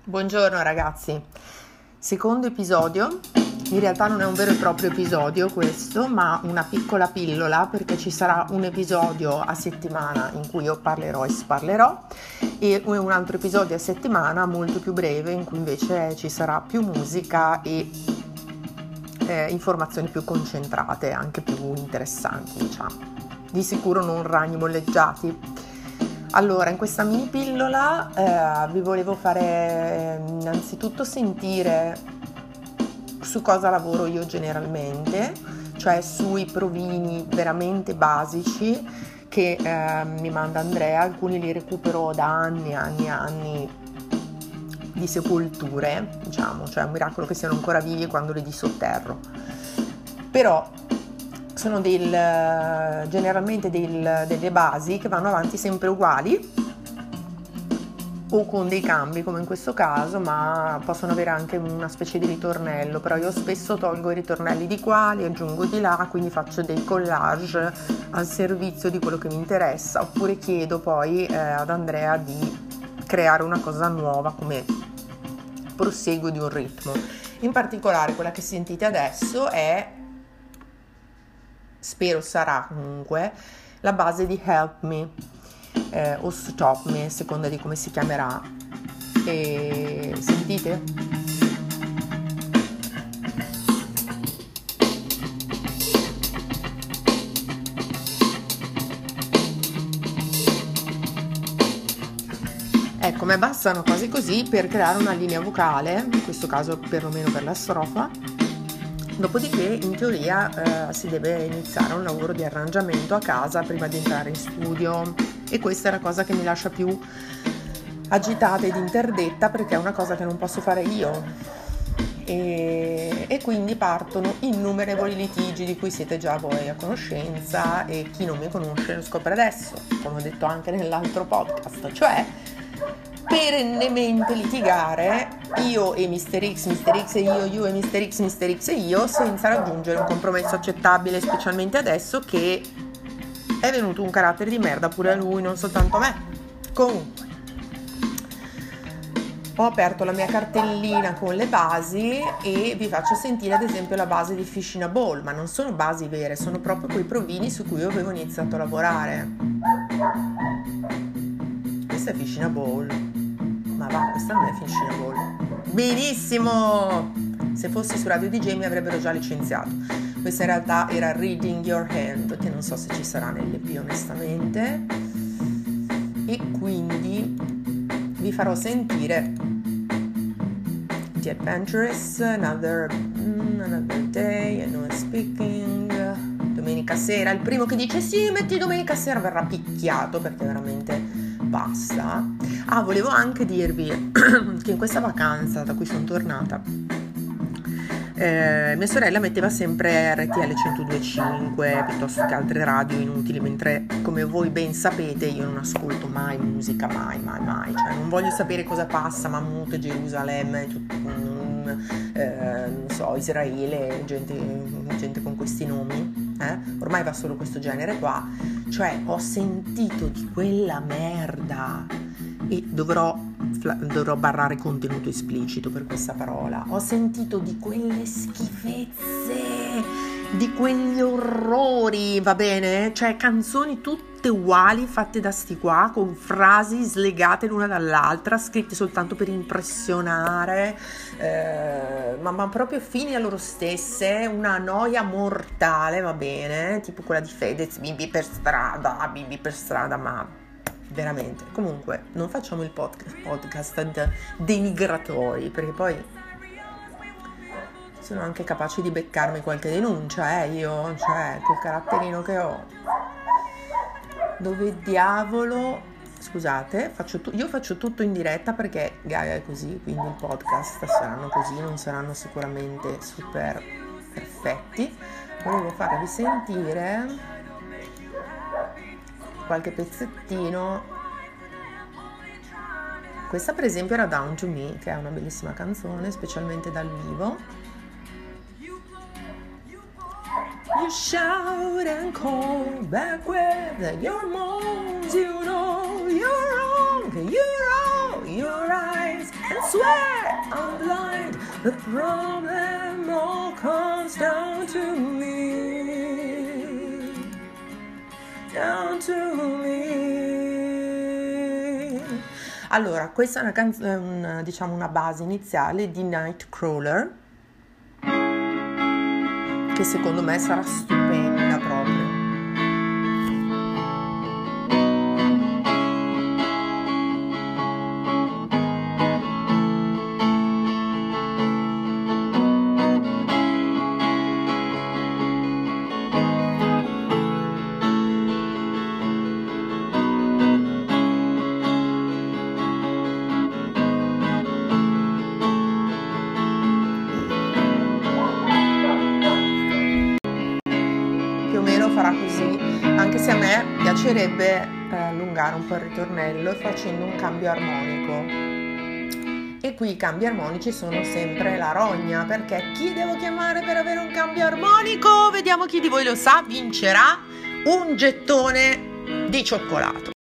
Buongiorno ragazzi, secondo episodio, in realtà non è un vero e proprio episodio questo, ma una piccola pillola, perché ci sarà un episodio a settimana in cui io parlerò e sparlerò e un altro episodio a settimana molto più breve in cui invece ci sarà più musica e informazioni più concentrate, anche più interessanti, diciamo. Di sicuro non ragni molleggiati. Allora, in questa mini pillola vi volevo fare innanzitutto sentire su cosa lavoro io generalmente, cioè sui provini veramente basici che mi manda Andrea. Alcuni li recupero da anni di sepolture, diciamo, cioè è un miracolo che siano ancora vivi quando li disotterro. Però sono generalmente delle basi che vanno avanti sempre uguali o con dei cambi come in questo caso, ma possono avere anche una specie di ritornello. Però io spesso tolgo i ritornelli di qua, li aggiungo di là, quindi faccio dei collage al servizio di quello che mi interessa, oppure chiedo poi ad Andrea di creare una cosa nuova come proseguo di un ritmo. In particolare quella che sentite adesso è, spero sarà comunque, la base di Help Me o Stop Me, a seconda di come si chiamerà. E sentite? Ecco, mi bastano quasi così per creare una linea vocale, in questo caso perlomeno per la strofa. Dopodiché in teoria si deve iniziare un lavoro di arrangiamento a casa prima di entrare in studio, e questa è la cosa che mi lascia più agitata ed interdetta, perché è una cosa che non posso fare io e quindi partono innumerevoli litigi di cui siete già voi a conoscenza, e chi non mi conosce lo scopre adesso, come ho detto anche nell'altro podcast, cioè perennemente litigare io e Mr. X e io e Mr. X e io, senza raggiungere un compromesso accettabile, specialmente adesso che è venuto un carattere di merda pure a lui, non soltanto a me. Comunque, ho aperto la mia cartellina con le basi e vi faccio sentire ad esempio la base di Fish in a Bowl, ma non sono basi vere, sono proprio quei provini su cui io avevo iniziato a lavorare. Questa è Fish in a Bowl, ma va, questa non è Fish in a Bowl. Benissimo! Se fossi su Radio DJ mi avrebbero già licenziato. Questa in realtà era Reading Your Hand, che non so se ci sarà nell'EP onestamente, e quindi vi farò sentire The Adventurous, Another Day, I Know I'm Speaking, domenica sera. Il primo che dice sì, metti domenica sera verrà picchiato, perché veramente basta. Volevo anche dirvi che in questa vacanza da cui sono tornata mia sorella metteva sempre RTL 102.5 piuttosto che altre radio inutili, mentre come voi ben sapete io non ascolto mai musica, mai, cioè non voglio sapere cosa passa, Mammut, Gerusalemme, non so, Israele, gente con questi nomi, ormai va solo questo genere qua. Cioè ho sentito di quella merda, e dovrò barrare contenuto esplicito per questa parola. Ho sentito di quelle schifezze, di quegli orrori, va bene? Cioè canzoni tutte uguali, fatte da sti qua, con frasi slegate l'una dall'altra, scritte soltanto per impressionare, ma proprio fini a loro stesse, una noia mortale, va bene? Tipo quella di Fedez, bimbi per strada, ma veramente. Comunque non facciamo il podcast denigratori, perché poi sono anche capace di beccarmi qualche denuncia, io, cioè col caratterino che ho. Dove diavolo, scusate, io faccio tutto in diretta perché Gaia è così, quindi il podcast saranno così, non saranno sicuramente super perfetti. Volevo farvi sentire qualche pezzettino. Questa per esempio era Down to Me, che è una bellissima canzone, specialmente dal vivo. You shout and call back with your moans, you know you're wrong, you roll your eyes and swear I'm blind, the problem all comes down to me, down to me. Allora, questa è una canzone, diciamo una base iniziale di Nightcrawler, che secondo me sarà stupenda proprio. Farà così, anche se a me piacerebbe allungare un po' il ritornello facendo un cambio armonico, e qui i cambi armonici sono sempre la rogna, perché chi devo chiamare per avere un cambio armonico? Vediamo chi di voi lo sa, vincerà un gettone di cioccolato.